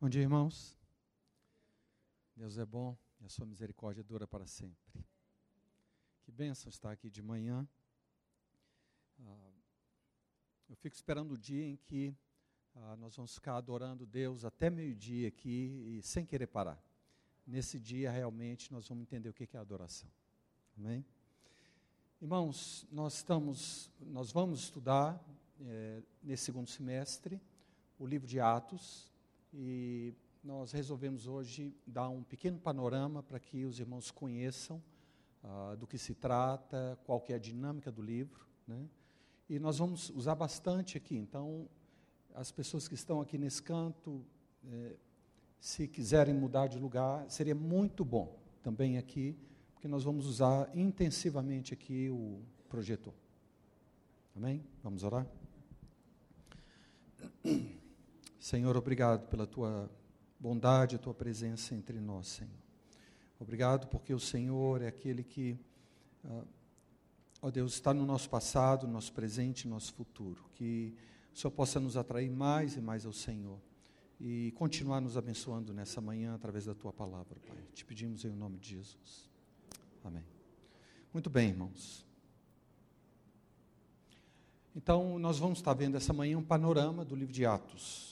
Bom dia, irmãos. Deus é bom e a sua misericórdia dura para sempre. Que bênção estar aqui de manhã. Eu fico esperando o dia em que nós vamos ficar adorando Deus até meio-dia aqui e sem querer parar. Nesse dia, realmente, nós vamos entender o que é adoração. Amém? Irmãos, nós vamos estudar nesse segundo semestre o livro de Atos. E nós resolvemos hoje dar um pequeno panorama para que os irmãos conheçam do que se trata, qual que é a dinâmica do livro, né? E nós vamos usar bastante aqui. Então, as pessoas que estão aqui nesse canto, se quiserem mudar de lugar, seria muito bom também aqui, porque nós vamos usar intensivamente aqui o projetor. Amém? Vamos orar? Senhor, obrigado pela Tua bondade, a Tua presença entre nós, Senhor. Obrigado porque o Senhor é aquele que, ó Deus, está no nosso passado, no nosso presente e no nosso futuro. Que o Senhor possa nos atrair mais e mais ao Senhor e continuar nos abençoando nessa manhã através da Tua palavra, Pai. Te pedimos em nome de Jesus. Amém. Muito bem, irmãos. Então, nós vamos estar vendo essa manhã um panorama do livro de Atos.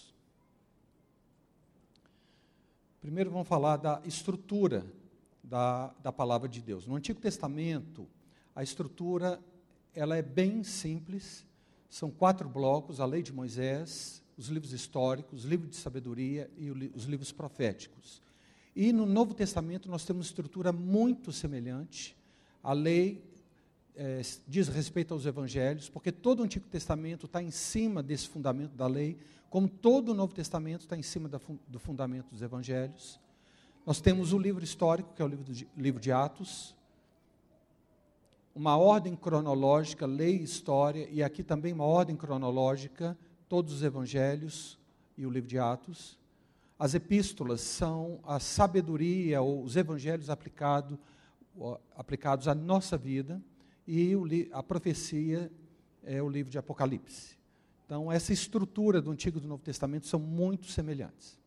Primeiro vamos falar da estrutura da palavra de Deus. No Antigo Testamento, a estrutura ela é bem simples. São 4 blocos: a lei de Moisés, os livros históricos, o livro de sabedoria e os livros proféticos. E no Novo Testamento nós temos uma estrutura muito semelhante. A lei diz respeito aos evangelhos, porque todo o Antigo Testamento está em cima desse fundamento da lei, como todo o Novo Testamento está em cima do fundamento dos evangelhos. Nós temos o livro histórico, que é o livro de Atos, uma ordem cronológica, lei e história, e aqui também uma ordem cronológica, todos os evangelhos e o livro de Atos. As epístolas são a sabedoria, ou os evangelhos aplicados à nossa vida, e a profecia é o livro de Apocalipse. Então, essa estrutura do Antigo e do Novo Testamento são muito semelhantes.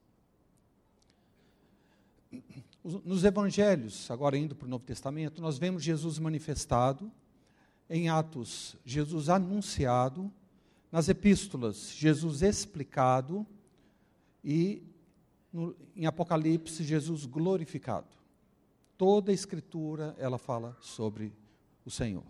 Nos evangelhos, agora indo para o Novo Testamento, nós vemos Jesus manifestado, em Atos, Jesus anunciado, nas epístolas, Jesus explicado, e em Apocalipse, Jesus glorificado. Toda a Escritura, ela fala sobre o Senhor.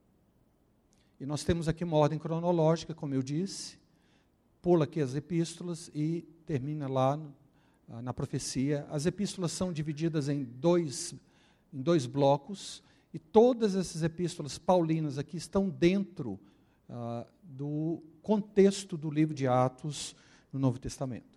E nós temos aqui uma ordem cronológica, como eu disse, pula aqui as epístolas e termina lá na profecia. As epístolas são divididas em dois blocos, e todas essas epístolas paulinas aqui estão dentro do contexto do livro de Atos no Novo Testamento.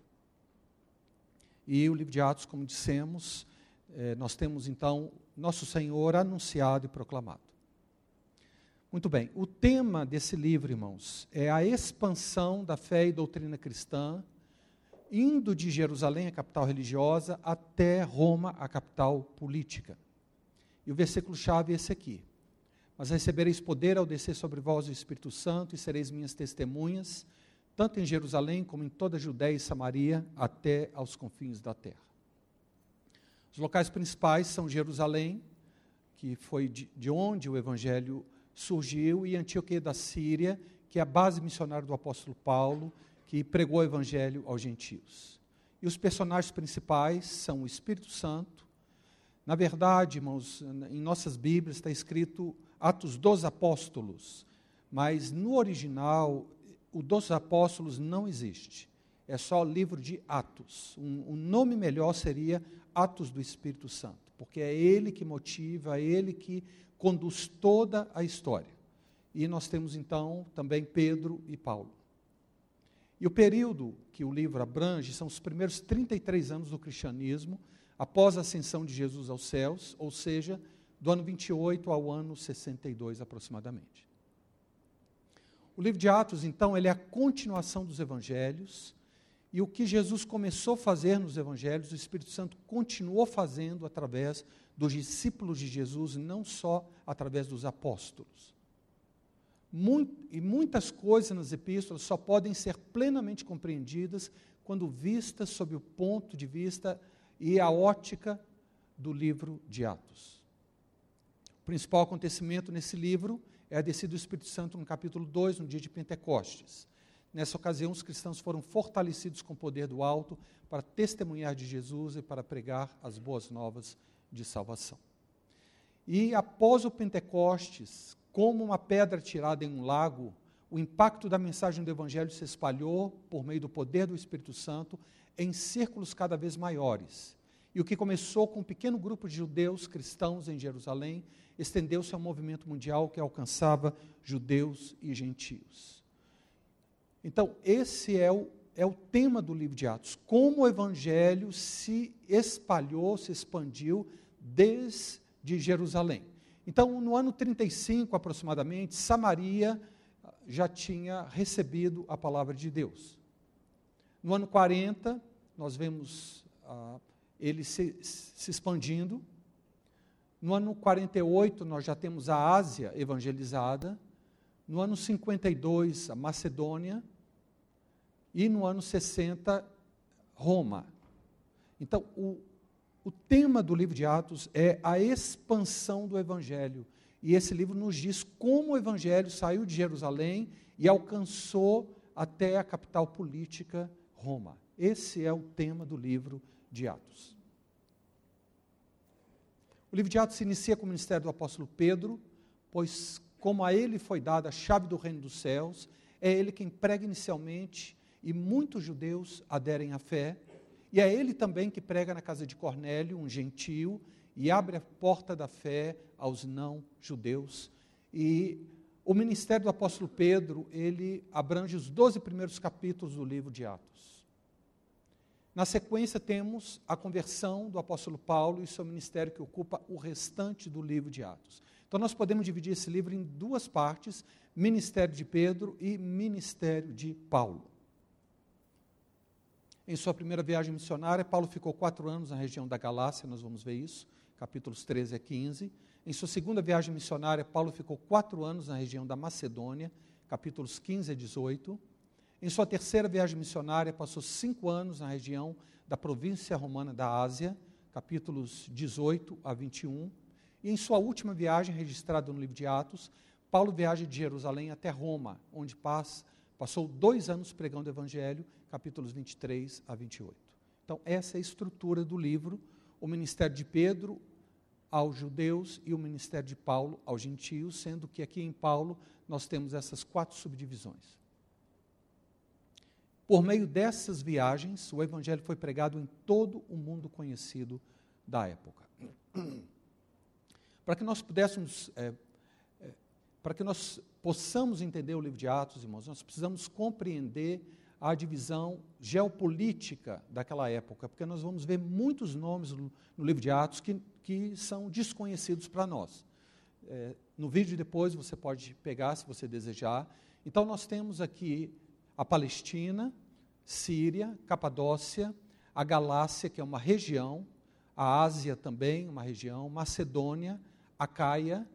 E o livro de Atos, como dissemos, nós temos então nosso Senhor anunciado e proclamado. Muito bem, o tema desse livro, irmãos, é a expansão da fé e doutrina cristã, indo de Jerusalém, a capital religiosa, até Roma, a capital política. E o versículo-chave é esse aqui: mas recebereis poder ao descer sobre vós o Espírito Santo, e sereis minhas testemunhas, tanto em Jerusalém como em toda a Judéia e Samaria, até aos confins da terra. Os locais principais são Jerusalém, que foi de onde o Evangelho surgiu, e Antioquia da Síria, que é a base missionária do apóstolo Paulo, que pregou o Evangelho aos gentios. E os personagens principais são o Espírito Santo. Na verdade, irmãos, em nossas Bíblias está escrito Atos dos Apóstolos, mas no original, o dos Apóstolos não existe. É só o livro de Atos. Um nome melhor seria Atos do Espírito Santo, porque é ele que motiva, é ele que conduz toda a história. E nós temos então também Pedro e Paulo. E o período que o livro abrange são os primeiros 33 anos do cristianismo, após a ascensão de Jesus aos céus, ou seja, do ano 28 ao ano 62 aproximadamente. O livro de Atos, então, ele é a continuação dos evangelhos, e o que Jesus começou a fazer nos evangelhos, o Espírito Santo continuou fazendo através dos discípulos de Jesus, não só através dos apóstolos. E muitas coisas nas epístolas só podem ser plenamente compreendidas quando vista sob o ponto de vista e a ótica do livro de Atos. O principal acontecimento nesse livro é a descida do Espírito Santo no capítulo 2, no dia de Pentecostes. Nessa ocasião, os cristãos foram fortalecidos com o poder do alto para testemunhar de Jesus e para pregar as boas novas de salvação. E após o Pentecostes, como uma pedra tirada em um lago, o impacto da mensagem do Evangelho se espalhou por meio do poder do Espírito Santo em círculos cada vez maiores. E o que começou com um pequeno grupo de judeus cristãos em Jerusalém, estendeu-se a um movimento mundial que alcançava judeus e gentios. Então, esse é o tema do livro de Atos, como o Evangelho se espalhou, se expandiu desde Jerusalém. Então, no ano 35, aproximadamente, Samaria já tinha recebido a palavra de Deus. No ano 40, nós vemos ele se expandindo. No ano 48, nós já temos a Ásia evangelizada. No ano 52, a Macedônia. E no ano 60, Roma. Então, o tema do livro de Atos é a expansão do Evangelho. E esse livro nos diz como o Evangelho saiu de Jerusalém e alcançou até a capital política, Roma. Esse é o tema do livro de Atos. O livro de Atos se inicia com o ministério do apóstolo Pedro, pois como a ele foi dada a chave do reino dos céus, é ele quem prega inicialmente e muitos judeus aderem à fé, e é ele também que prega na casa de Cornélio, um gentio, e abre a porta da fé aos não-judeus. E o ministério do apóstolo Pedro, ele abrange os 12 primeiros capítulos do livro de Atos. Na sequência temos a conversão do apóstolo Paulo e seu ministério que ocupa o restante do livro de Atos. Então nós podemos dividir esse livro em duas partes, ministério de Pedro e ministério de Paulo. Em sua primeira viagem missionária, Paulo ficou 4 anos na região da Galácia, nós vamos ver isso, capítulos 13 a 15. Em sua segunda viagem missionária, Paulo ficou 4 anos na região da Macedônia, capítulos 15 a 18. Em sua terceira viagem missionária, passou 5 anos na região da província romana da Ásia, capítulos 18 a 21. E em sua última viagem, registrada no livro de Atos, Paulo viaja de Jerusalém até Roma, onde passou 2 anos pregando o Evangelho, capítulos 23 a 28. Então, essa é a estrutura do livro, o ministério de Pedro aos judeus e o ministério de Paulo aos gentios, sendo que aqui em Paulo nós temos essas 4 subdivisões. Por meio dessas viagens, o Evangelho foi pregado em todo o mundo conhecido da época. Para que nós possamos entender o livro de Atos, irmãos, nós precisamos compreender a divisão geopolítica daquela época, porque nós vamos ver muitos nomes no livro de Atos que são desconhecidos para nós. No vídeo depois você pode pegar, se você desejar. Então nós temos aqui a Palestina, Síria, Capadócia, a Galácia, que é uma região, a Ásia também, uma região, Macedônia, Acaia,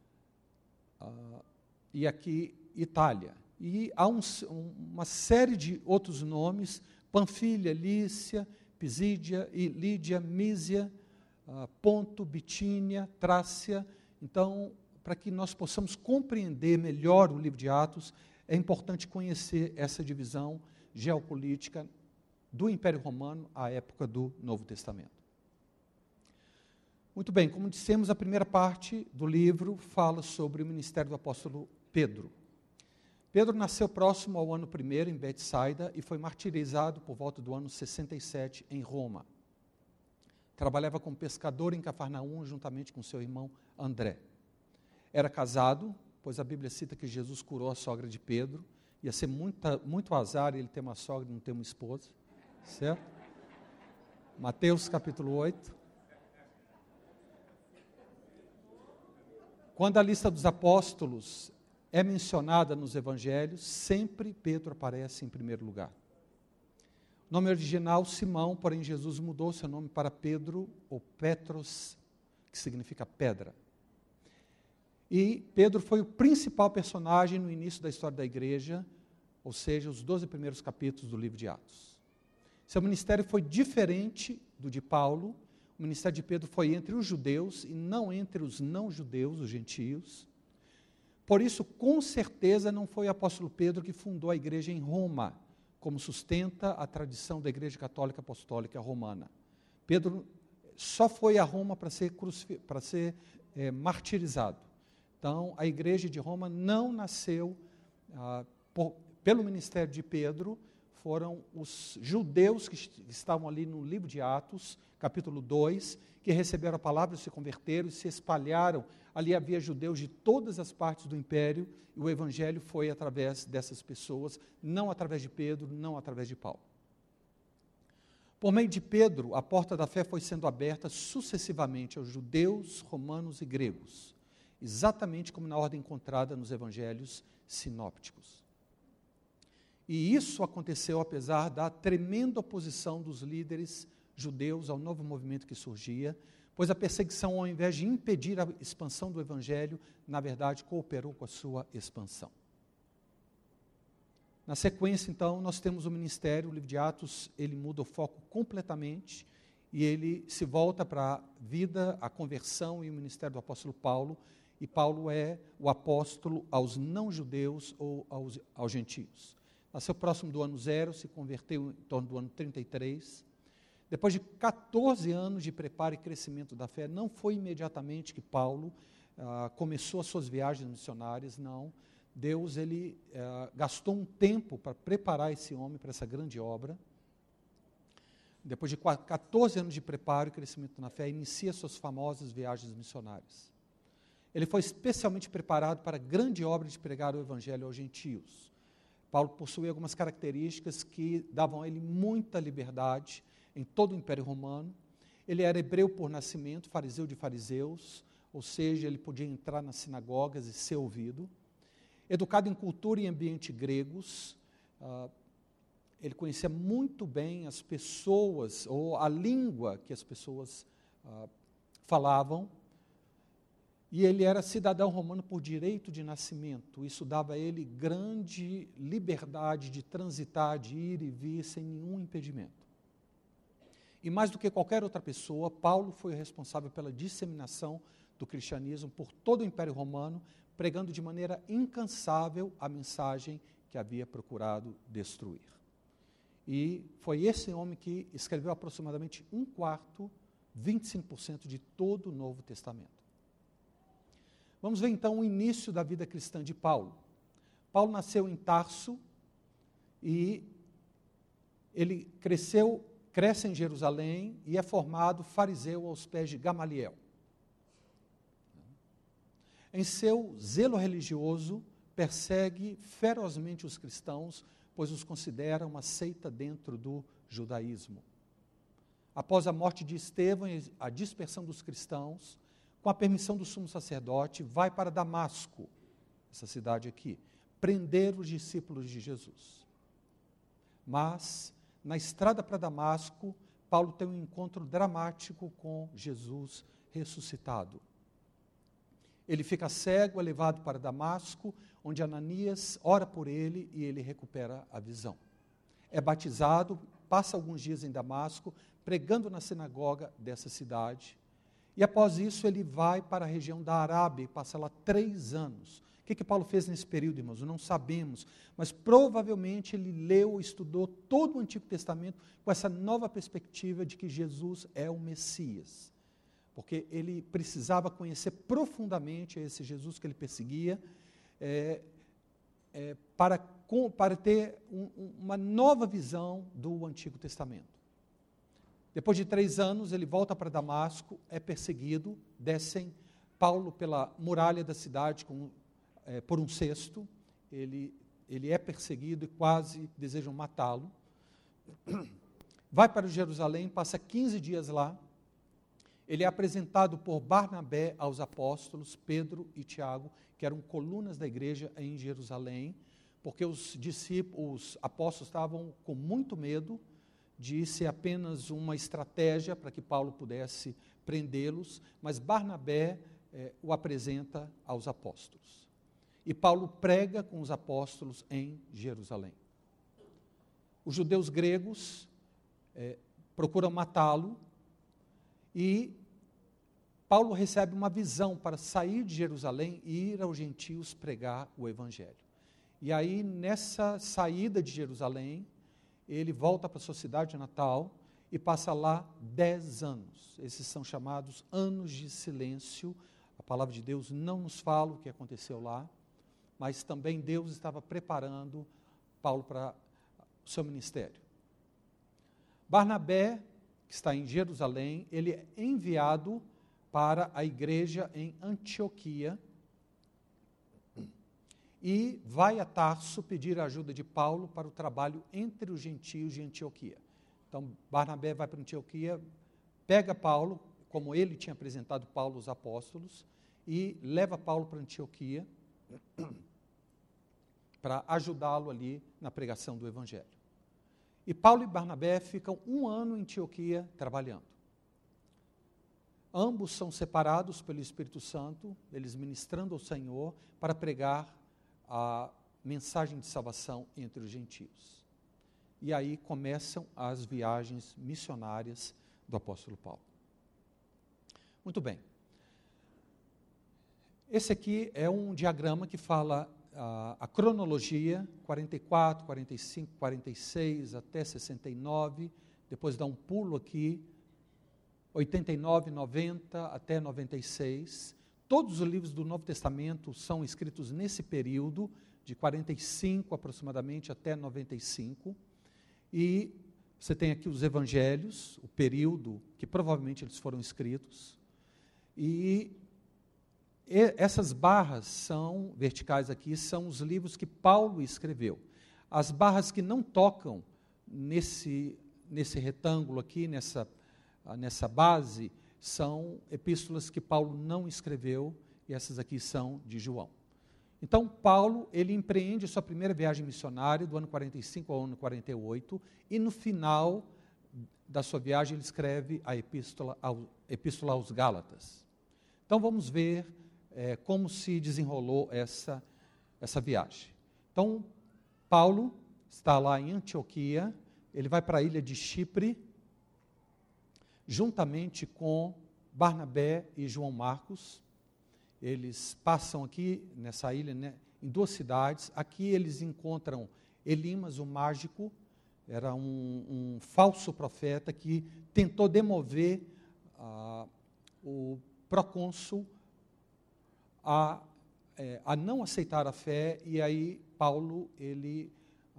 e aqui Itália. E há uma série de outros nomes, Panfilha, Lícia, Pisídia, Lídia, Mísia, Ponto, Bitínia, Trácia. Então, para que nós possamos compreender melhor o livro de Atos, é importante conhecer essa divisão geopolítica do Império Romano à época do Novo Testamento. Muito bem, como dissemos, a primeira parte do livro fala sobre o ministério do apóstolo Pedro. Pedro nasceu próximo ao ano 1º, em Betsaida, e foi martirizado por volta do ano 67, em Roma. Trabalhava como pescador em Cafarnaum, juntamente com seu irmão André. Era casado, pois a Bíblia cita que Jesus curou a sogra de Pedro. Ia ser muito azar ele ter uma sogra e não ter uma esposa, certo? Mateus capítulo 8. Quando a lista dos apóstolos é mencionada nos evangelhos, sempre Pedro aparece em primeiro lugar. O nome original, Simão, porém Jesus mudou seu nome para Pedro, ou Petros, que significa pedra. E Pedro foi o principal personagem no início da história da igreja, ou seja, os 12 primeiros capítulos do livro de Atos. Seu ministério foi diferente do de Paulo. O ministério de Pedro foi entre os judeus e não entre os não-judeus, os gentios. Por isso, com certeza, não foi o apóstolo Pedro que fundou a igreja em Roma, como sustenta a tradição da Igreja Católica Apostólica Romana. Pedro só foi a Roma para ser martirizado. Então, a igreja de Roma não nasceu pelo ministério de Pedro, foram os judeus que estavam ali no livro de Atos, capítulo 2, que receberam a palavra, se converteram e se espalharam. Ali havia judeus de todas as partes do império, e o evangelho foi através dessas pessoas, não através de Pedro, não através de Paulo. Por meio de Pedro, a porta da fé foi sendo aberta sucessivamente aos judeus, romanos e gregos, exatamente como na ordem encontrada nos evangelhos sinópticos. E isso aconteceu apesar da tremenda oposição dos líderes judeus ao novo movimento que surgia, pois a perseguição, ao invés de impedir a expansão do evangelho, na verdade, cooperou com a sua expansão. Na sequência, então, nós temos o ministério, o livro de Atos, ele muda o foco completamente, e ele se volta para a vida, a conversão e o ministério do apóstolo Paulo, e Paulo é o apóstolo aos não-judeus ou aos gentios. Nasceu próximo do ano 0, se converteu em torno do ano 33. Depois de 14 anos de preparo e crescimento da fé, não foi imediatamente que Paulo começou as suas viagens missionárias, não. Deus gastou um tempo para preparar esse homem para essa grande obra. Depois de 14 anos de preparo e crescimento na fé, inicia suas famosas viagens missionárias. Ele foi especialmente preparado para a grande obra de pregar o evangelho aos gentios. Paulo possuía algumas características que davam a ele muita liberdade em todo o Império Romano. Ele era hebreu por nascimento, fariseu de fariseus, ou seja, ele podia entrar nas sinagogas e ser ouvido. Educado em cultura e ambiente gregos, ele conhecia muito bem as pessoas, ou a língua que as pessoas falavam, e ele era cidadão romano por direito de nascimento. Isso dava a ele grande liberdade de transitar, de ir e vir sem nenhum impedimento. E mais do que qualquer outra pessoa, Paulo foi o responsável pela disseminação do cristianismo por todo o Império Romano, pregando de maneira incansável a mensagem que havia procurado destruir. E foi esse homem que escreveu aproximadamente 1/4, 25% de todo o Novo Testamento. Vamos ver então o início da vida cristã de Paulo. Paulo nasceu em Tarso e ele cresce em Jerusalém e é formado fariseu aos pés de Gamaliel. Em seu zelo religioso, persegue ferozmente os cristãos, pois os considera uma seita dentro do judaísmo. Após a morte de Estevão e a dispersão dos cristãos, com a permissão do sumo sacerdote, vai para Damasco, essa cidade aqui, prender os discípulos de Jesus. Mas, na estrada para Damasco, Paulo tem um encontro dramático com Jesus ressuscitado. Ele fica cego, é levado para Damasco, onde Ananias ora por ele e ele recupera a visão. É batizado, passa alguns dias em Damasco, pregando na sinagoga dessa cidade. E após isso ele vai para a região da Arábia e passa lá 3 anos. O que Paulo fez nesse período, irmãos? Não sabemos, mas provavelmente ele leu, estudou todo o Antigo Testamento com essa nova perspectiva de que Jesus é o Messias. Porque ele precisava conhecer profundamente esse Jesus que ele perseguia, para ter uma nova visão do Antigo Testamento. Depois de 3 anos, ele volta para Damasco, é perseguido, descem Paulo pela muralha da cidade por um cesto, ele é perseguido e quase desejam matá-lo. Vai para Jerusalém, passa 15 dias lá, ele é apresentado por Barnabé aos apóstolos, Pedro e Tiago, que eram colunas da igreja em Jerusalém, porque os apóstolos estavam com muito medo de ser apenas uma estratégia para que Paulo pudesse prendê-los, mas Barnabé o apresenta aos apóstolos. E Paulo prega com os apóstolos em Jerusalém. Os judeus gregos procuram matá-lo, e Paulo recebe uma visão para sair de Jerusalém e ir aos gentios pregar o evangelho. E aí, nessa saída de Jerusalém, ele volta para a sua cidade natal e passa lá 10 anos. Esses são chamados anos de silêncio. A palavra de Deus não nos fala o que aconteceu lá, mas também Deus estava preparando Paulo para o seu ministério. Barnabé, que está em Jerusalém, ele é enviado para a igreja em Antioquia e vai a Tarso pedir a ajuda de Paulo para o trabalho entre os gentios de Antioquia. Então, Barnabé vai para Antioquia, pega Paulo, como ele tinha apresentado Paulo aos apóstolos, e leva Paulo para Antioquia para ajudá-lo ali na pregação do evangelho. E Paulo e Barnabé ficam 1 ano em Antioquia trabalhando. Ambos são separados pelo Espírito Santo, eles ministrando ao Senhor para pregar a mensagem de salvação entre os gentios. E aí começam as viagens missionárias do apóstolo Paulo. Muito bem. Esse aqui é um diagrama que fala a cronologia, 44, 45, 46 até 69, depois dá um pulo aqui, 89, 90 até 96. Todos os livros do Novo Testamento são escritos nesse período, de 45 aproximadamente até 95. E você tem aqui os evangelhos, o período que provavelmente eles foram escritos. E essas barras são verticais aqui, são os livros que Paulo escreveu. As barras que não tocam nesse retângulo aqui, nessa base, são epístolas que Paulo não escreveu, e essas aqui são de João. Então, Paulo, ele empreende sua primeira viagem missionária, do ano 45 ao ano 48, e no final da sua viagem ele escreve a epístola aos Gálatas. Então, vamos ver como se desenrolou essa viagem. Então, Paulo está lá em Antioquia, ele vai para a ilha de Chipre, juntamente com Barnabé e João Marcos. Eles passam aqui nessa ilha, né, em 2 cidades. Aqui eles encontram Elimas, o mágico, era um falso profeta que tentou demover o procônsul a não aceitar a fé, e aí Paulo, ele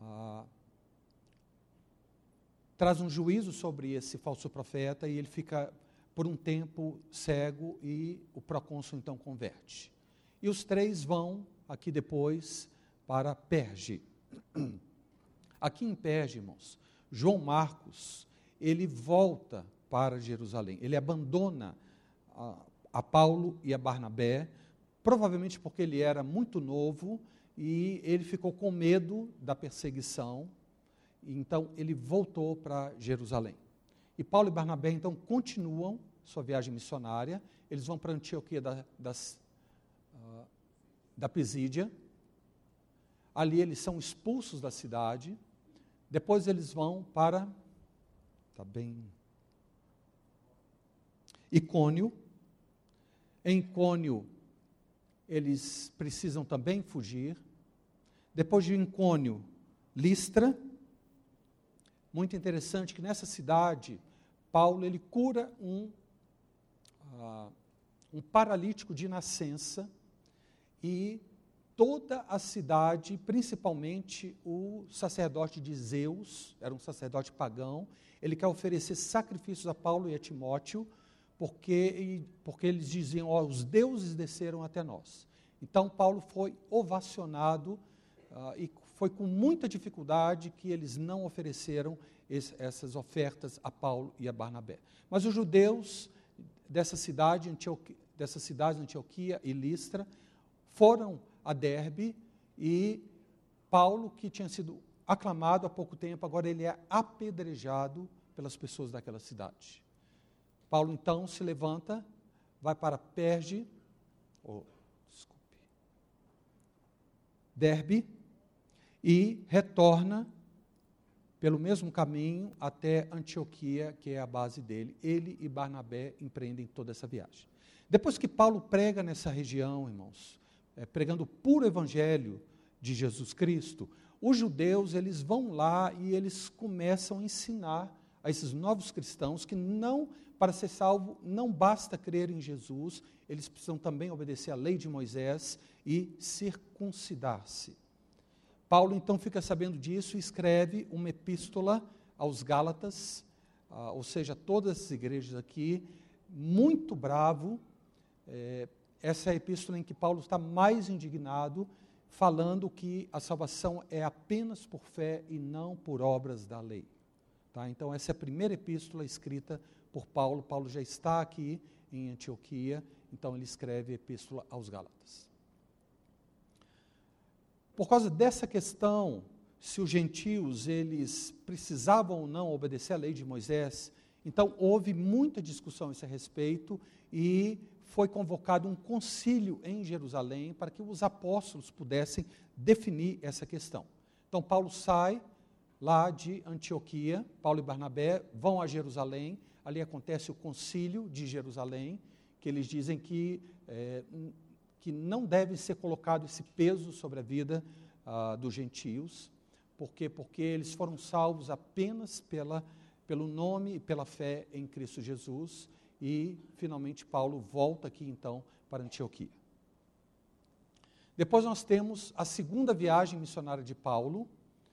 traz um juízo sobre esse falso profeta, e ele fica por um tempo cego, e o procônsul então converte. E os 3 vão, aqui depois, para Perge. Aqui em Perge, irmãos, João Marcos, ele volta para Jerusalém, ele abandona a Paulo e a Barnabé, provavelmente porque ele era muito novo, e ele ficou com medo da perseguição, então ele voltou para Jerusalém. E Paulo e Barnabé, então, continuam sua viagem missionária. Eles vão para Antioquia da Pisídia. Ali eles são expulsos da cidade. Depois eles vão para Icônio. Em Icônio, eles precisam também fugir. Depois de Icônio, Listra. Muito interessante que nessa cidade, Paulo, ele cura um paralítico de nascença, e toda a cidade, principalmente o sacerdote de Zeus, era um sacerdote pagão, ele quer oferecer sacrifícios a Paulo e a Timóteo, porque eles diziam, os deuses desceram até nós. Então, Paulo foi ovacionado, e foi com muita dificuldade que eles não ofereceram essas ofertas a Paulo e a Barnabé. Mas os judeus dessas cidades, Antioquia e Listra, foram a Derbe, e Paulo, que tinha sido aclamado há pouco tempo, agora ele é apedrejado pelas pessoas daquela cidade. Paulo, então, se levanta, vai para Derbe, e retorna pelo mesmo caminho até Antioquia, que é a base dele. Ele e Barnabé empreendem toda essa viagem. Depois que Paulo prega nessa região, irmãos, pregando o puro evangelho de Jesus Cristo, os judeus, eles vão lá e eles começam a ensinar a esses novos cristãos que para ser salvo, não basta crer em Jesus, eles precisam também obedecer à lei de Moisés e circuncidar-se. Paulo, então, fica sabendo disso e escreve uma epístola aos Gálatas, ou seja, todas as igrejas aqui, muito bravo. Essa é a epístola em que Paulo está mais indignado, falando que a salvação é apenas por fé e não por obras da lei. Tá? Então, essa é a primeira epístola escrita por Paulo. Paulo já está aqui em Antioquia, então ele escreve a epístola aos Gálatas. Por causa dessa questão, se os gentios eles precisavam ou não obedecer à lei de Moisés, então houve muita discussão a esse respeito e foi convocado um concílio em Jerusalém para que os apóstolos pudessem definir essa questão. Então Paulo sai lá de Antioquia, Paulo e Barnabé vão a Jerusalém, ali acontece o concílio de Jerusalém, que eles dizem que não deve ser colocado esse peso sobre a vida dos gentios. Por quê? Porque eles foram salvos apenas pelo nome e pela fé em Cristo Jesus. E, finalmente, Paulo volta aqui, então, para Antioquia. Depois nós temos a segunda viagem missionária de Paulo.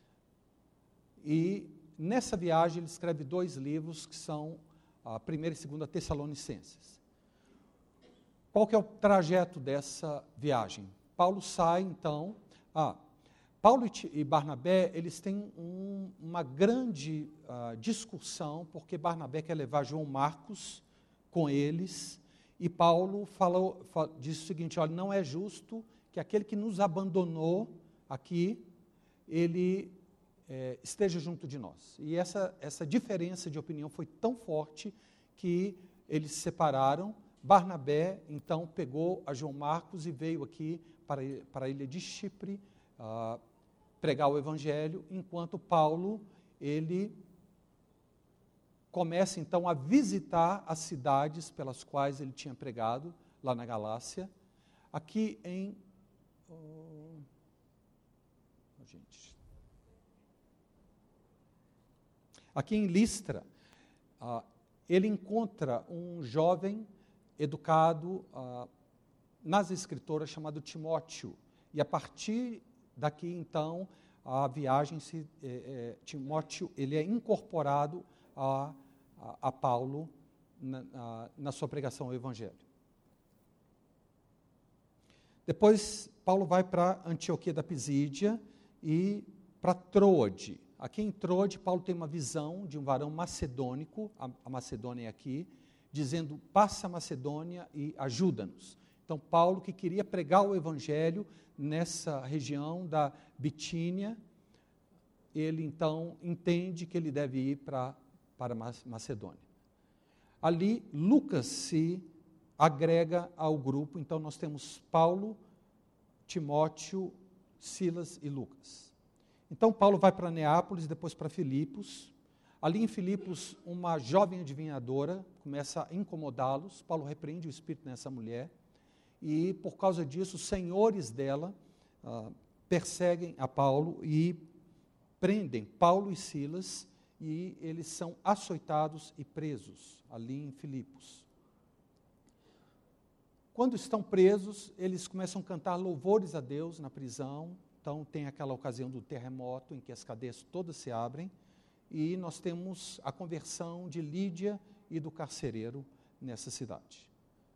E, nessa viagem, ele escreve 2 livros, que são a 1ª e 2ª Tessalonicenses. Qual que é o trajeto dessa viagem? Paulo sai, então... Paulo e Barnabé, eles têm uma grande discussão, porque Barnabé quer levar João Marcos com eles, e Paulo disse o seguinte: olha, não é justo que aquele que nos abandonou aqui, ele esteja junto de nós. E essa diferença de opinião foi tão forte que eles se separaram. Barnabé, então, pegou a João Marcos e veio aqui para a ilha de Chipre pregar o evangelho, enquanto Paulo, ele começa, então, a visitar as cidades pelas quais ele tinha pregado, lá na Galácia. Aqui em Listra, ele encontra um jovem educado nas Escrituras, chamado Timóteo. E a partir daqui, então, a viagem, Timóteo, ele é incorporado a Paulo na sua pregação ao Evangelho. Depois, Paulo vai para Antioquia da Pisídia e para Troade. Aqui em Troade, Paulo tem uma visão de um varão macedônico, a Macedônia é aqui, dizendo: passa a Macedônia e ajuda-nos. Então, Paulo, que queria pregar o Evangelho nessa região da Bitínia, ele, então, entende que ele deve ir para Macedônia. Ali, Lucas se agrega ao grupo, então nós temos Paulo, Timóteo, Silas e Lucas. Então, Paulo vai para Neápolis, depois para Filipos. Ali em Filipos, uma jovem adivinhadora começa a incomodá-los. Paulo repreende o espírito nessa mulher. E, por causa disso, os senhores dela perseguem a Paulo e prendem Paulo e Silas, e eles são açoitados e presos ali em Filipos. Quando estão presos, eles começam a cantar louvores a Deus na prisão. Então, tem aquela ocasião do terremoto em que as cadeias todas se abrem, e nós temos a conversão de Lídia e do carcereiro nessa cidade.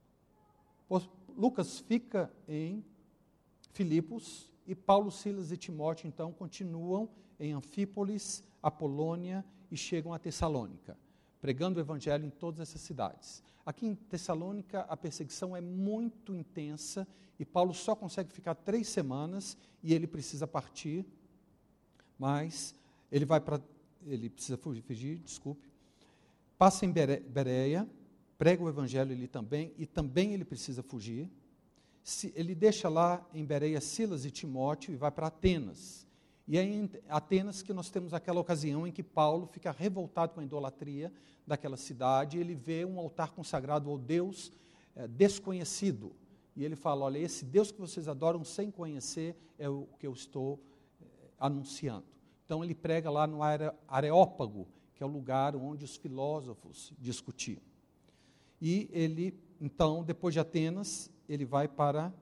Lucas fica em Filipos, e Paulo, Silas e Timóteo, então, continuam em Anfípolis, Apolônia, e chegam a Tessalônica, pregando o evangelho em todas essas cidades. Aqui em Tessalônica, a perseguição é muito intensa, e Paulo só consegue ficar 3 semanas, e ele precisa partir, mas ele precisa fugir, passa em Bereia, prega o evangelho ali também, e também ele precisa fugir. Ele deixa lá em Bereia Silas e Timóteo e vai para Atenas. E é em Atenas que nós temos aquela ocasião em que Paulo fica revoltado com a idolatria daquela cidade, ele vê um altar consagrado ao Deus desconhecido. E ele fala, olha, esse Deus que vocês adoram sem conhecer é o que eu estou anunciando. Então ele prega lá no Areópago, que é o lugar onde os filósofos discutiam. E ele, então, depois de Atenas, ele vai para...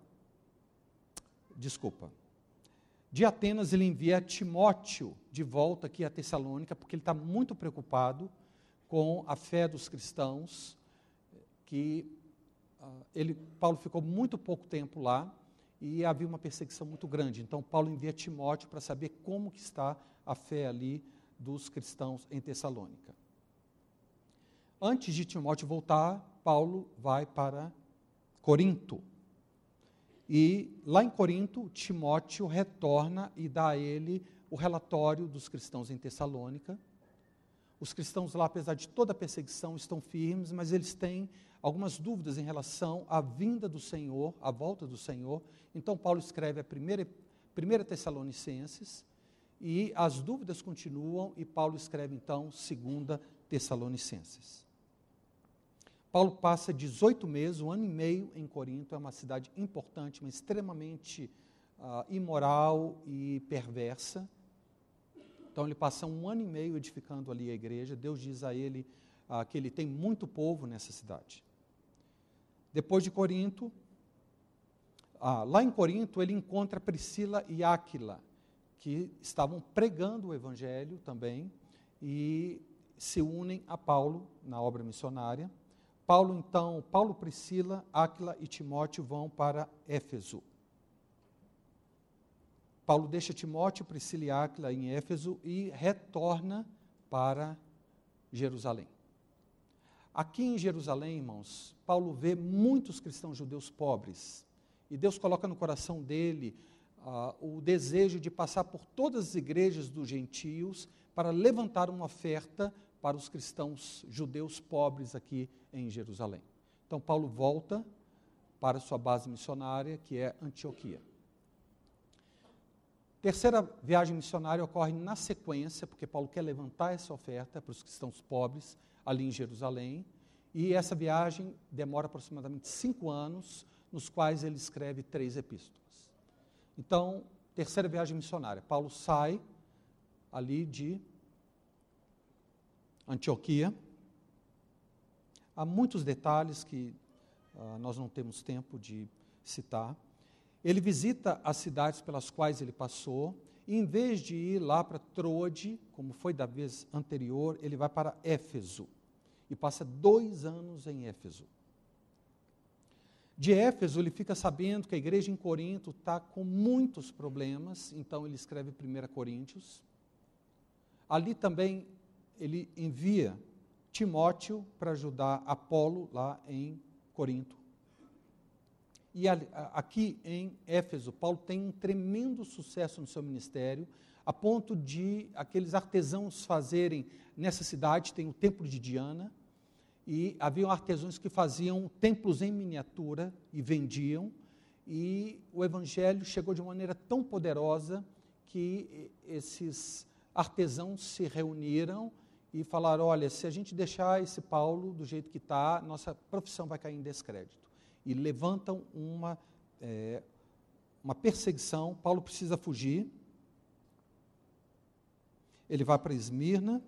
De Atenas ele envia Timóteo de volta aqui a Tessalônica, porque ele está muito preocupado com a fé dos cristãos, que Paulo ficou muito pouco tempo lá e havia uma perseguição muito grande. Então Paulo envia Timóteo para saber como que está a fé ali dos cristãos em Tessalônica. Antes de Timóteo voltar, Paulo vai para Corinto. E lá em Corinto, Timóteo retorna e dá a ele o relatório dos cristãos em Tessalônica. Os cristãos lá, apesar de toda a perseguição, estão firmes, mas eles têm algumas dúvidas em relação à vinda do Senhor, à volta do Senhor. Então Paulo escreve a primeira Tessalonicenses, e as dúvidas continuam, e Paulo escreve então 2 Tessalonicenses. Paulo passa 18 meses, 1 ano e meio em Corinto, é uma cidade importante, mas extremamente imoral e perversa. Então ele passa 1 ano e meio edificando ali a igreja. Deus diz a ele que ele tem muito povo nessa cidade. Depois de Corinto, lá em Corinto ele encontra Priscila e Áquila, que estavam pregando o evangelho também, e se unem a Paulo na obra missionária. Paulo, Priscila, Áquila e Timóteo vão para Éfeso. Paulo deixa Timóteo, Priscila e Áquila em Éfeso e retorna para Jerusalém. Aqui em Jerusalém, irmãos, Paulo vê muitos cristãos judeus pobres, e Deus coloca no coração dele o desejo de passar por todas as igrejas dos gentios para levantar uma oferta para os cristãos judeus pobres aqui em Jerusalém. Então Paulo volta para sua base missionária, que é Antioquia. Terceira viagem missionária ocorre na sequência, porque Paulo quer levantar essa oferta para os cristãos pobres ali em Jerusalém, e essa viagem demora aproximadamente 5 anos, nos quais ele escreve 3 epístolas. Então, terceira viagem missionária, Paulo sai ali de Antioquia. Há muitos detalhes que nós não temos tempo de citar. Ele visita as cidades pelas quais ele passou, e em vez de ir lá para Troade, como foi da vez anterior, ele vai para Éfeso, e passa 2 anos em Éfeso. De Éfeso, ele fica sabendo que a igreja em Corinto está com muitos problemas, então ele escreve 1 Coríntios. Ali também ele envia Timóteo para ajudar Apolo lá em Corinto. E aqui em Éfeso, Paulo tem um tremendo sucesso no seu ministério, a ponto de aqueles artesãos fazerem, nessa cidade tem o templo de Diana, e haviam artesãos que faziam templos em miniatura e vendiam, e o evangelho chegou de maneira tão poderosa que esses artesãos se reuniram e falaram, olha, se a gente deixar esse Paulo do jeito que está, nossa profissão vai cair em descrédito. E levantam uma perseguição. Paulo precisa fugir. Ele vai para Esmirna,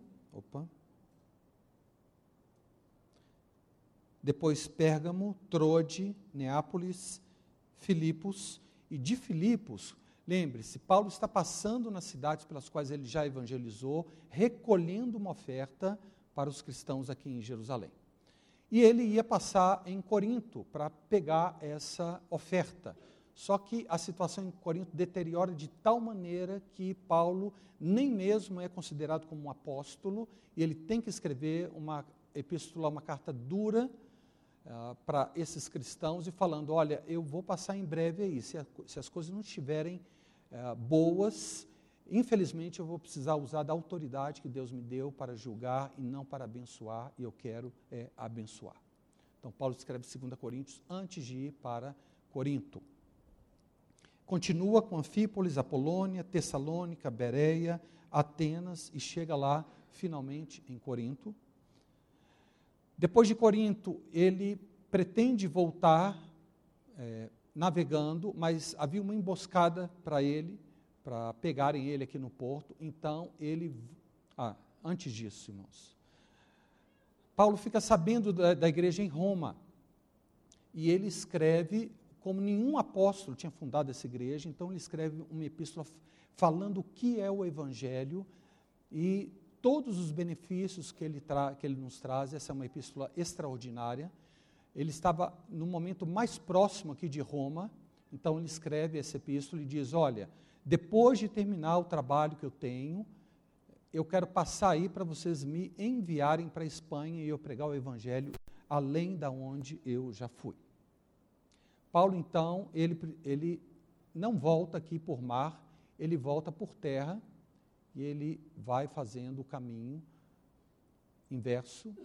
depois Pérgamo, Troade, Neápolis, Filipos, e de Filipos, lembre-se, Paulo está passando nas cidades pelas quais ele já evangelizou, recolhendo uma oferta para os cristãos aqui em Jerusalém. E ele ia passar em Corinto para pegar essa oferta. Só que a situação em Corinto deteriora de tal maneira que Paulo nem mesmo é considerado como um apóstolo, e ele tem que escrever uma epístola, uma carta dura para esses cristãos, e falando, olha, eu vou passar em breve aí, se as coisas não estiverem boas, infelizmente eu vou precisar usar da autoridade que Deus me deu para julgar e não para abençoar, e eu quero abençoar. Então Paulo escreve 2 Coríntios antes de ir para Corinto. continua com Anfípolis, Apolônia, Tessalônica, Bereia, Atenas e chega lá, finalmente, em Corinto. Depois de Corinto, ele pretende voltar navegando, mas havia uma emboscada para ele, para pegarem ele aqui no porto. Então, antes disso, irmãos, Paulo fica sabendo da igreja em Roma, e ele escreve, como nenhum apóstolo tinha fundado essa igreja, então ele escreve uma epístola falando o que é o Evangelho e todos os benefícios que ele nos traz. Essa é uma epístola extraordinária. Ele estava no momento mais próximo aqui de Roma, então ele escreve essa epístola e diz: olha, depois de terminar o trabalho que eu tenho, eu quero passar aí para vocês me enviarem para a Espanha e eu pregar o Evangelho além da onde eu já fui. Paulo, então, ele não volta aqui por mar, ele volta por terra e ele vai fazendo o caminho inverso.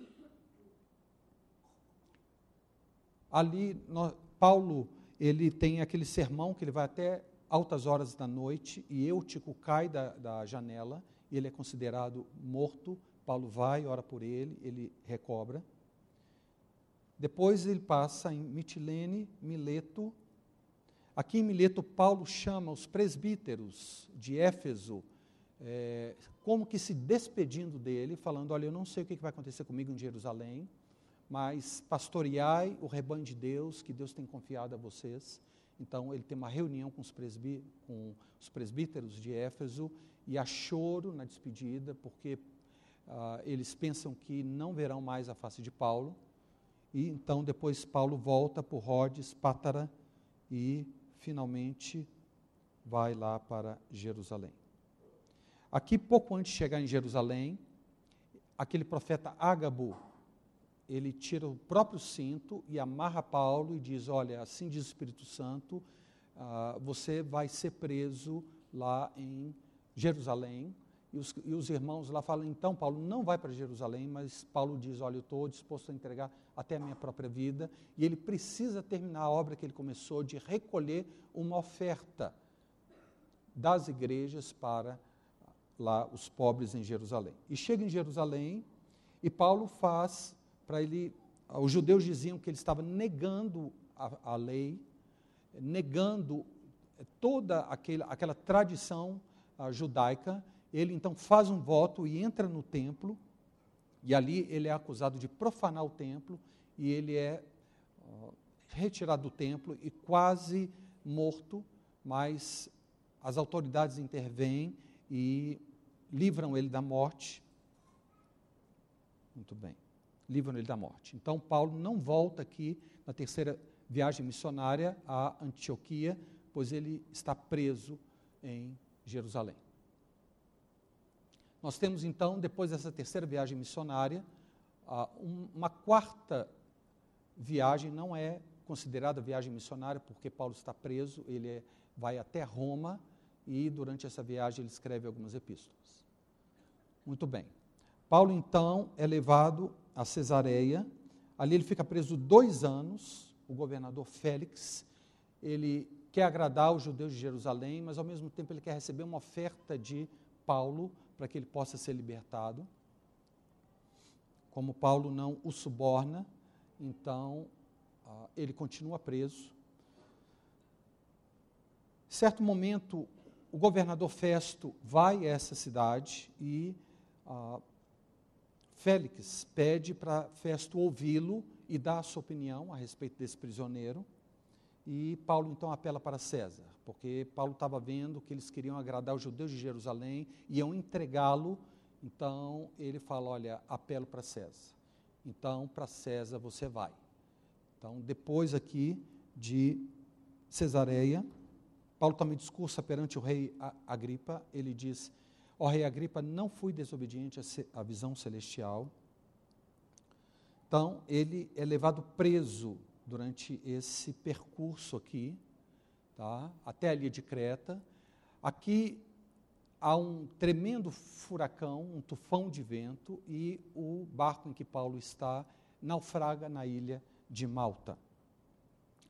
Ali, Paulo, ele tem aquele sermão que ele vai até altas horas da noite e Eutico cai da janela e ele é considerado morto. Paulo vai, ora por ele, ele recobra. Depois ele passa em Mitilene, Mileto. Aqui em Mileto, Paulo chama os presbíteros de Éfeso, como que se despedindo dele, falando: olha, eu não sei o que vai acontecer comigo em Jerusalém, mas pastoreai o rebanho de Deus, que Deus tem confiado a vocês. Então, ele tem uma reunião com os presbíteros de Éfeso, e há choro na despedida, porque eles pensam que não verão mais a face de Paulo. E então, depois, Paulo volta por Rhodes, Pátara, e finalmente vai lá para Jerusalém. Aqui, pouco antes de chegar em Jerusalém, aquele profeta Ágabo, ele tira o próprio cinto e amarra Paulo e diz: olha, assim diz o Espírito Santo, você vai ser preso lá em Jerusalém. E os irmãos lá falam: então, Paulo, não vai para Jerusalém, mas Paulo diz: olha, eu estou disposto a entregar até a minha própria vida, e ele precisa terminar a obra que ele começou de recolher uma oferta das igrejas para lá os pobres em Jerusalém. E chega em Jerusalém, e Paulo faz para ele. Os judeus diziam que ele estava negando a lei, negando toda aquela tradição judaica. Ele então faz um voto e entra no templo, e ali ele é acusado de profanar o templo, e ele é retirado do templo e quase morto, mas as autoridades intervêm e livram ele da morte. Muito bem, livram ele da morte. Então, Paulo não volta aqui na terceira viagem missionária a Antioquia, pois ele está preso em Jerusalém. Nós temos, então, depois dessa terceira viagem missionária, uma quarta viagem. Não é considerada viagem missionária, porque Paulo está preso, ele vai até Roma, e durante essa viagem ele escreve algumas epístolas. Muito bem. Paulo, então, é levado a Cesareia. Ali ele fica preso 2 anos. O governador Félix, ele quer agradar os judeus de Jerusalém, mas ao mesmo tempo ele quer receber uma oferta de Paulo para que ele possa ser libertado. Como Paulo não o suborna, então ele continua preso. Em certo momento, o governador Festo vai a essa cidade e Félix pede para Festo ouvi-lo e dar a sua opinião a respeito desse prisioneiro. E Paulo então apela para César, porque Paulo estava vendo que eles queriam agradar os judeus de Jerusalém, iam entregá-lo. Então ele fala: olha, apelo para César. Então para César você vai. Então depois aqui de Cesareia, Paulo também discursa perante o rei Agripa. Ele diz: ó rei Agripa, não fui desobediente à visão celestial. Então ele é levado preso durante esse percurso aqui, tá? Até a ilha de Creta. Aqui há um tremendo furacão, um tufão de vento, e o barco em que Paulo está naufraga na ilha de Malta.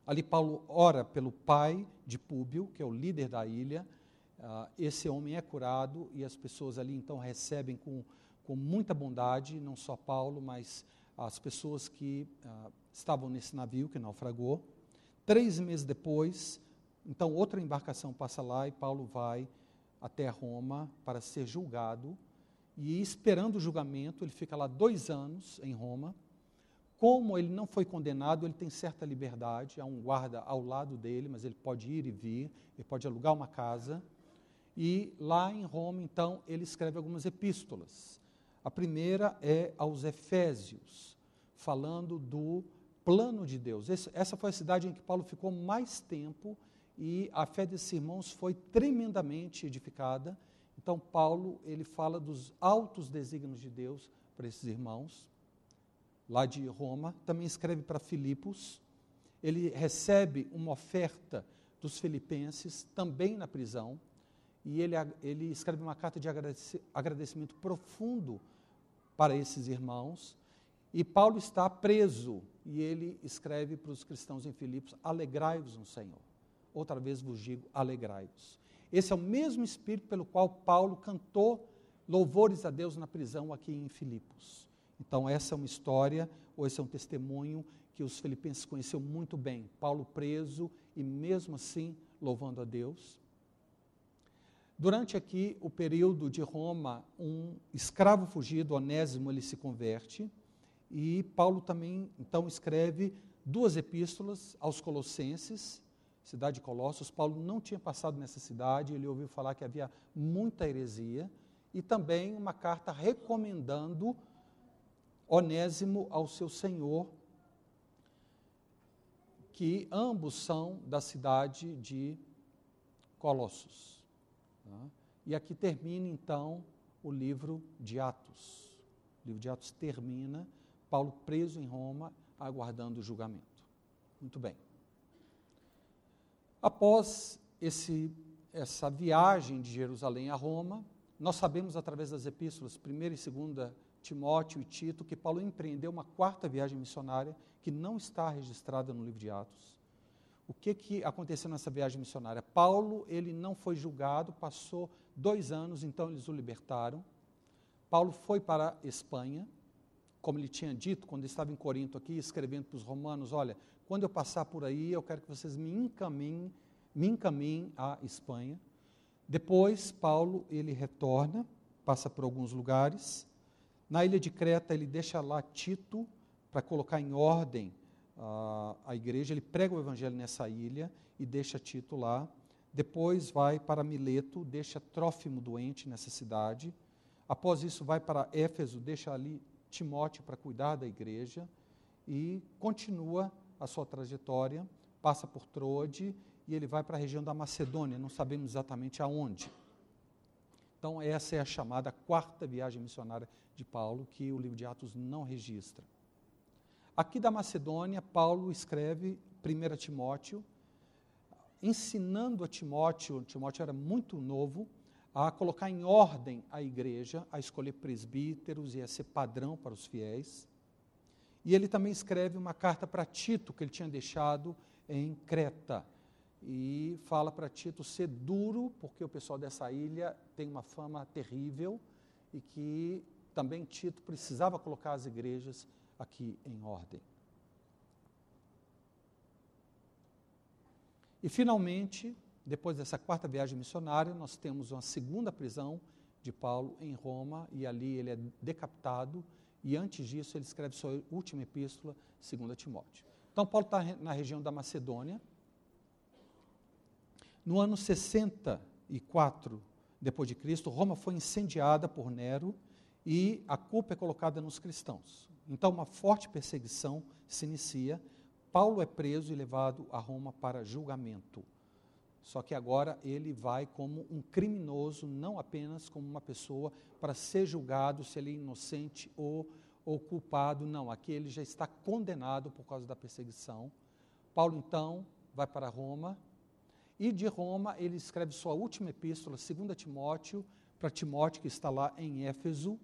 Ali Paulo ora pelo pai de Públio, que é o líder da ilha. Esse homem é curado e as pessoas ali então recebem com muita bondade, não só Paulo, mas as pessoas que estavam nesse navio que naufragou. 3 meses depois, então outra embarcação passa lá e Paulo vai até Roma para ser julgado. E esperando o julgamento, ele fica lá 2 anos em Roma. Como ele não foi condenado, ele tem certa liberdade, há um guarda ao lado dele, mas ele pode ir e vir, ele pode alugar uma casa. E lá em Roma, então, ele escreve algumas epístolas. A primeira é aos Efésios, falando do plano de Deus. Essa foi a cidade em que Paulo ficou mais tempo e a fé desses irmãos foi tremendamente edificada. Então, Paulo, ele fala dos altos desígnios de Deus para esses irmãos, lá de Roma. Também escreve para Filipos. Ele recebe uma oferta dos filipenses, também na prisão, e ele escreve uma carta de agradecimento profundo para esses irmãos. E Paulo está preso, e ele escreve para os cristãos em Filipos: alegrai-vos no Senhor. Outra vez vos digo, alegrai-vos. Esse é o mesmo espírito pelo qual Paulo cantou louvores a Deus na prisão aqui em Filipos. Então essa é uma história, ou esse é um testemunho que os filipenses conheceram muito bem. Paulo preso e mesmo assim louvando a Deus. Durante aqui o período de Roma, um escravo fugido, Onésimo, ele se converte. E Paulo também, então, escreve 2 epístolas aos Colossenses, cidade de Colossos. Paulo não tinha passado nessa cidade, ele ouviu falar que havia muita heresia. E também uma carta recomendando Onésimo ao seu senhor, que ambos são da cidade de Colossos. E aqui termina, então, o livro de Atos. O livro de Atos termina, Paulo preso em Roma, aguardando o julgamento. Muito bem. Após essa viagem de Jerusalém a Roma, nós sabemos através das epístolas 1ª e 2ª Timóteo e Tito que Paulo empreendeu uma 4ª viagem missionária que não está registrada no livro de Atos. O que aconteceu nessa viagem missionária? Paulo, ele não foi julgado, passou 2 anos, então eles o libertaram. Paulo foi para a Espanha, como ele tinha dito quando estava em Corinto aqui, escrevendo para os romanos: olha, quando eu passar por aí, eu quero que vocês me encaminhem à Espanha. Depois, Paulo, ele retorna, passa por alguns lugares. Na ilha de Creta, ele deixa lá Tito para colocar em ordem a igreja. Ele prega o evangelho nessa ilha e deixa Tito lá. Depois vai para Mileto, deixa Trófimo doente nessa cidade. Após isso vai para Éfeso, deixa ali Timóteo para cuidar da igreja e continua a sua trajetória, passa por Troade e ele vai para a região da Macedônia, não sabemos exatamente aonde. Então essa é a chamada 4ª viagem missionária de Paulo, que o livro de Atos não registra. Aqui da Macedônia, Paulo escreve 1 Timóteo, ensinando a Timóteo era muito novo, a colocar em ordem a igreja, a escolher presbíteros e a ser padrão para os fiéis. E ele também escreve uma carta para Tito, que ele tinha deixado em Creta, e fala para Tito ser duro, porque o pessoal dessa ilha tem uma fama terrível, e que também Tito precisava colocar as igrejas aqui em ordem. E finalmente, depois dessa 4ª viagem missionária, nós temos uma 2ª prisão de Paulo em Roma, e ali ele é decapitado, e antes disso ele escreve sua última epístola, 2 Timóteo. Então Paulo está na região da Macedônia. No ano 64 depois de Cristo, Roma foi incendiada por Nero e a culpa é colocada nos cristãos. Então uma forte perseguição se inicia. Paulo é preso e levado a Roma para julgamento. Só que agora ele vai como um criminoso, não apenas como uma pessoa para ser julgado se ele é inocente ou culpado. Não, aqui ele já está condenado por causa da perseguição. Paulo então vai para Roma e de Roma ele escreve sua última epístola, 2 Timóteo, para Timóteo que está lá em Éfeso,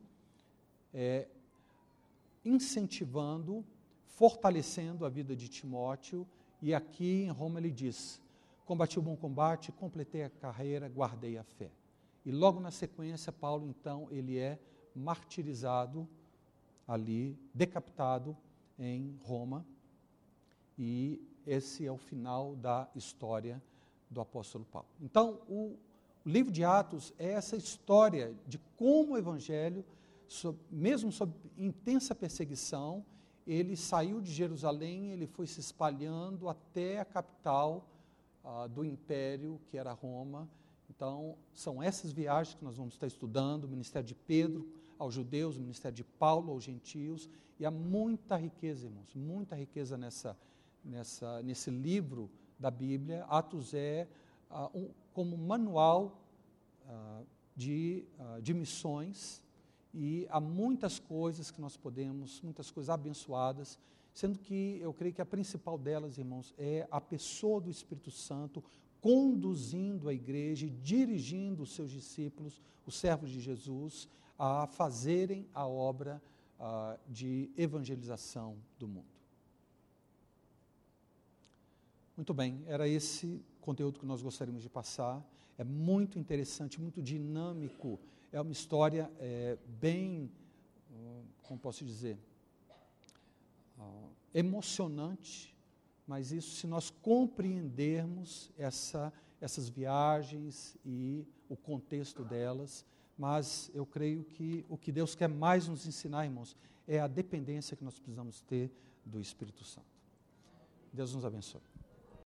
incentivando, fortalecendo a vida de Timóteo E aqui em Roma ele diz: combati o bom combate, completei a carreira, guardei a fé. E logo na sequência, Paulo, então, ele é martirizado ali, decapitado em Roma. E esse é o final da história do apóstolo Paulo. Então, o livro de Atos é essa história de como o evangelho, mesmo sob intensa perseguição, ele saiu de Jerusalém, ele foi se espalhando até a capital do império, que era Roma. Então, são essas viagens que nós vamos estar estudando, o ministério de Pedro aos judeus, o ministério de Paulo aos gentios, e há muita riqueza, irmãos, muita riqueza nesse livro da Bíblia. Atos é como manual de missões, e há muitas coisas que nós podemos, muitas coisas abençoadas, sendo que eu creio que a principal delas, irmãos, é a pessoa do Espírito Santo conduzindo a igreja e dirigindo os seus discípulos, os servos de Jesus, a fazerem a obra de evangelização do mundo. Muito bem, era esse conteúdo que nós gostaríamos de passar. É muito interessante, muito dinâmico. É uma história bem, como posso dizer, emocionante, mas isso, se nós compreendermos essas viagens e o contexto delas. Mas eu creio que o que Deus quer mais nos ensinar, irmãos, é a dependência que nós precisamos ter do Espírito Santo. Deus nos abençoe.